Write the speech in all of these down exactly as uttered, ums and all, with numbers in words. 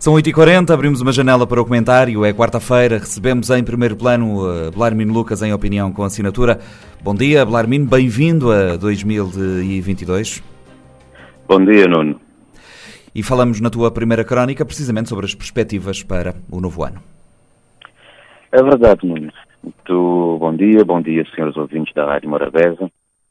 São oito e quarenta, abrimos uma janela para o comentário. É quarta-feira, recebemos em primeiro plano uh, Belarmino Lucas em Opinião com Assinatura. Bom dia, Belarmino, bem-vindo a dois mil e vinte e dois. Bom dia, Nuno. E falamos na tua primeira crónica precisamente sobre as perspectivas para o novo ano. É verdade, Nuno. Muito bom dia, bom dia, senhores ouvintes da Rádio Morabeza.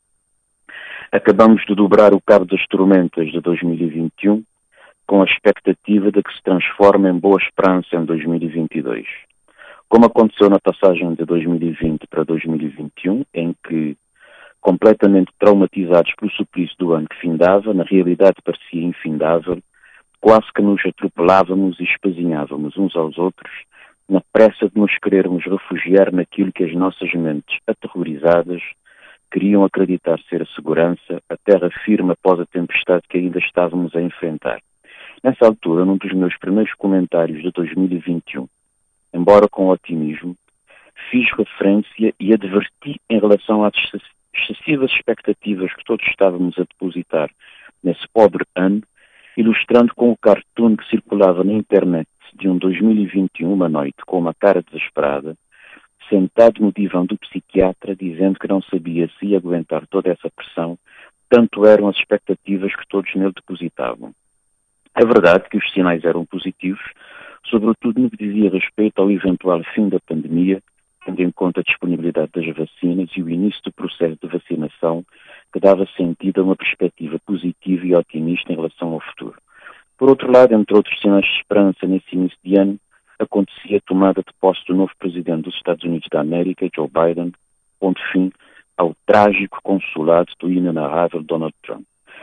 Acabamos de dobrar o cabo das tormentas de dois mil e vinte e um, com a expectativa de que se transforme em boa esperança em dois mil e vinte e dois. Como aconteceu na passagem de dois mil e vinte para dois mil e vinte e um, em que, completamente traumatizados pelo suplício do ano que findava, na realidade parecia infindável, quase que nos atropelávamos e espazinhávamos uns aos outros, na pressa de nos querermos refugiar naquilo que as nossas mentes aterrorizadas queriam acreditar ser a segurança, a terra firme após a tempestade que ainda estávamos a enfrentar. Nessa altura, num dos meus primeiros comentários de dois mil e vinte e um, embora com otimismo, fiz referência e adverti em relação às excessivas expectativas que todos estávamos a depositar nesse pobre ano, ilustrando com o cartoon que circulava na internet de um dois mil e vinte e um, uma noite, com uma cara desesperada, sentado no divã do psiquiatra, dizendo que não sabia se ia aguentar toda essa pressão, tanto eram as expectativas que todos nele depositavam. É verdade que os sinais eram positivos, sobretudo no que dizia respeito ao eventual fim da pandemia, tendo em conta a disponibilidade das vacinas e o início do processo de vacinação, que dava sentido a uma perspectiva positiva e otimista em relação ao futuro. Por outro lado, entre outros sinais de esperança nesse início de ano, acontecia a tomada de posse do novo presidente dos Estados Unidos da América, Joe Biden, pondo fim ao trágico consulado do inenarrável Donald Trump.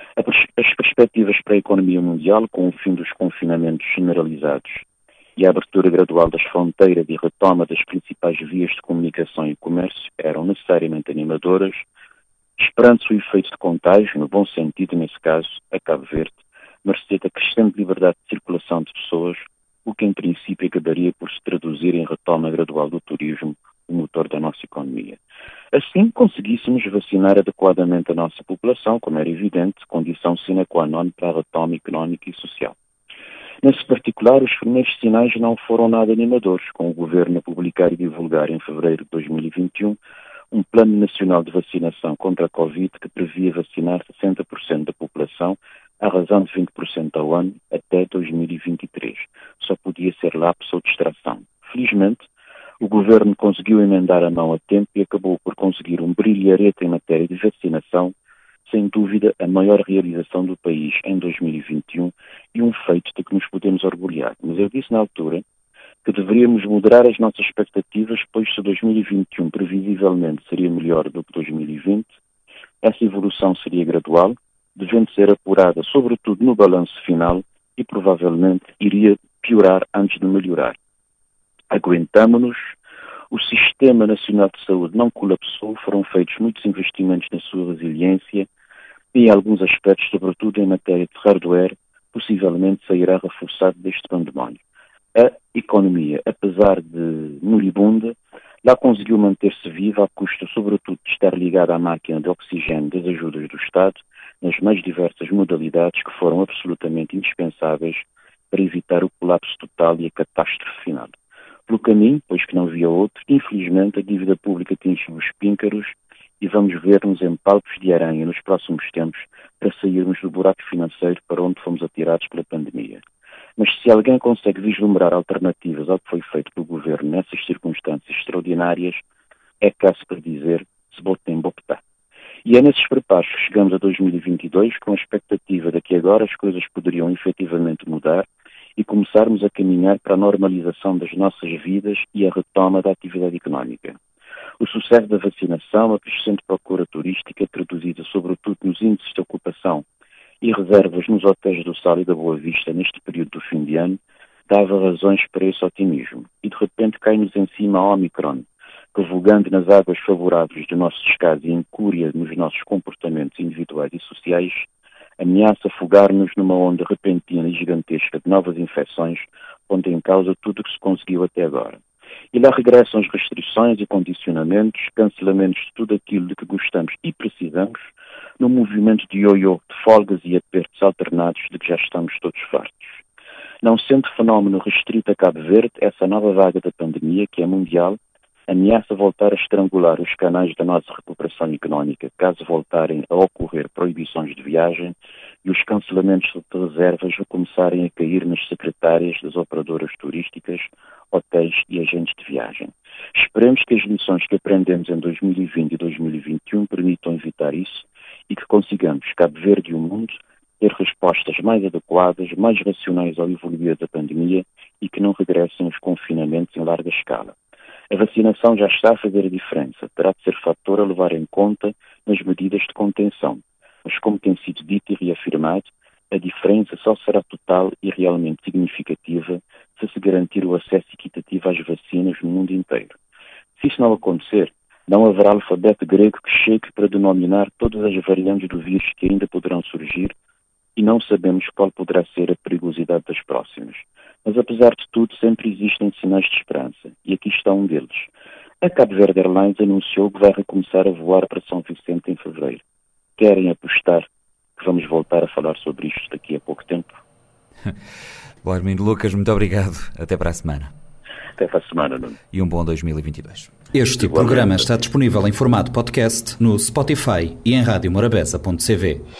As perspectivas para a economia mundial, com o fim dos confinamentos generalizados e a abertura gradual das fronteiras e retoma das principais vias de comunicação e comércio, eram necessariamente animadoras, esperando-se o efeito de contágio, no bom sentido nesse caso, a Cabo Verde, mercê da crescente liberdade de circulação de pessoas, o que em princípio acabaria por se traduzir em retoma gradual do turismo, o motor da nossa economia. Assim, conseguíssemos vacinar adequadamente a nossa população, como era evidente, condição sine qua non para a retoma económica e social. Nesse particular, os primeiros sinais não foram nada animadores, com o Governo a publicar e divulgar em fevereiro de dois mil e vinte e um um Plano Nacional de Vacinação contra a Covid que previa vacinar sessenta por cento da população, à razão de vinte por cento ao ano, até dois mil e vinte e três. Só podia ser lapso ou distração. Felizmente, o Governo conseguiu emendar a mão a tempo e acabou por conseguir um brilharete em matéria de vacinação, sem dúvida a maior realização do país em dois mil e vinte e um e um feito de que nos podemos orgulhar. Mas eu disse na altura que deveríamos moderar as nossas expectativas, pois se dois mil e vinte e um previsivelmente seria melhor do que dois mil e vinte, essa evolução seria gradual, devendo ser apurada sobretudo no balanço final e provavelmente iria piorar antes de melhorar. Aguentamo-nos, o Sistema Nacional de Saúde não colapsou, foram feitos muitos investimentos na sua resiliência e em alguns aspectos, sobretudo em matéria de hardware, possivelmente sairá reforçado deste pandemónio. A economia, apesar de moribunda, lá conseguiu manter-se viva a custo, sobretudo, de estar ligada à máquina de oxigênio das ajudas do Estado, nas mais diversas modalidades que foram absolutamente indispensáveis para evitar o colapso total e a catástrofe final. Pelo caminho, pois que não havia outro, infelizmente a dívida pública atingiu os píncaros e vamos ver-nos em palpos de aranha nos próximos tempos para sairmos do buraco financeiro para onde fomos atirados pela pandemia. Mas se alguém consegue vislumbrar alternativas ao que foi feito pelo Governo nessas circunstâncias extraordinárias, é caso para dizer, se botem boptá. E é nesses preparos que chegamos a dois mil e vinte e dois com a expectativa de que agora as coisas poderiam efetivamente mudar e começarmos a caminhar para a normalização das nossas vidas e a retoma da atividade económica. O sucesso da vacinação, a crescente procura turística, traduzida sobretudo nos índices de ocupação e reservas nos hotéis do Sal e da Boa Vista neste período do fim de ano, dava razões para esse otimismo. E de repente cai-nos em cima a Omicron, que vogando nas águas favoráveis do nosso descaso e incúria nos nossos comportamentos individuais e sociais, ameaça afogar-nos numa onda repentina e gigantesca de novas infecções, pondo em causa tudo o que se conseguiu até agora. E lá regressam as restrições e condicionamentos, cancelamentos de tudo aquilo de que gostamos e precisamos, num movimento de ioiô, de folgas e apertos alternados de que já estamos todos fartos. Não sendo fenómeno restrito a Cabo Verde, essa nova vaga da pandemia, que é mundial, ameaça voltar a estrangular os canais da nossa recuperação económica, caso voltarem a ocorrer proibições de viagem e os cancelamentos de reservas começarem a cair nas secretárias das operadoras turísticas, hotéis e agentes de viagem. Esperemos que as lições que aprendemos em dois mil e vinte e dois mil e vinte e um permitam evitar isso e que consigamos, Cabo Verde e o mundo, ter respostas mais adequadas, mais racionais ao evoluir da pandemia e que não regressem os confinamentos em larga escala. A vacinação já está a fazer a diferença, terá de ser fator a levar em conta nas medidas de contenção. Mas, como tem sido dito e reafirmado, a diferença só será total e realmente significativa se se garantir o acesso equitativo às vacinas no mundo inteiro. Se isso não acontecer, não haverá alfabeto grego que chegue para denominar todas as variantes do vírus que ainda poderão surgir e não sabemos qual poderá ser a perigosidade das próximas. Mas, apesar de tudo, sempre existem sinais de esperança, e aqui está um deles. A Cabo Verde Airlines anunciou que vai recomeçar a voar para São Vicente em fevereiro. Querem apostar que vamos voltar a falar sobre isto daqui a pouco tempo? Bom, Armindo Lucas, muito obrigado. Até para a semana. Até para a semana, Nuno. E um bom dois mil e vinte e dois. Este programa está disponível em formato podcast no Spotify e em rádio morabeza ponto c v.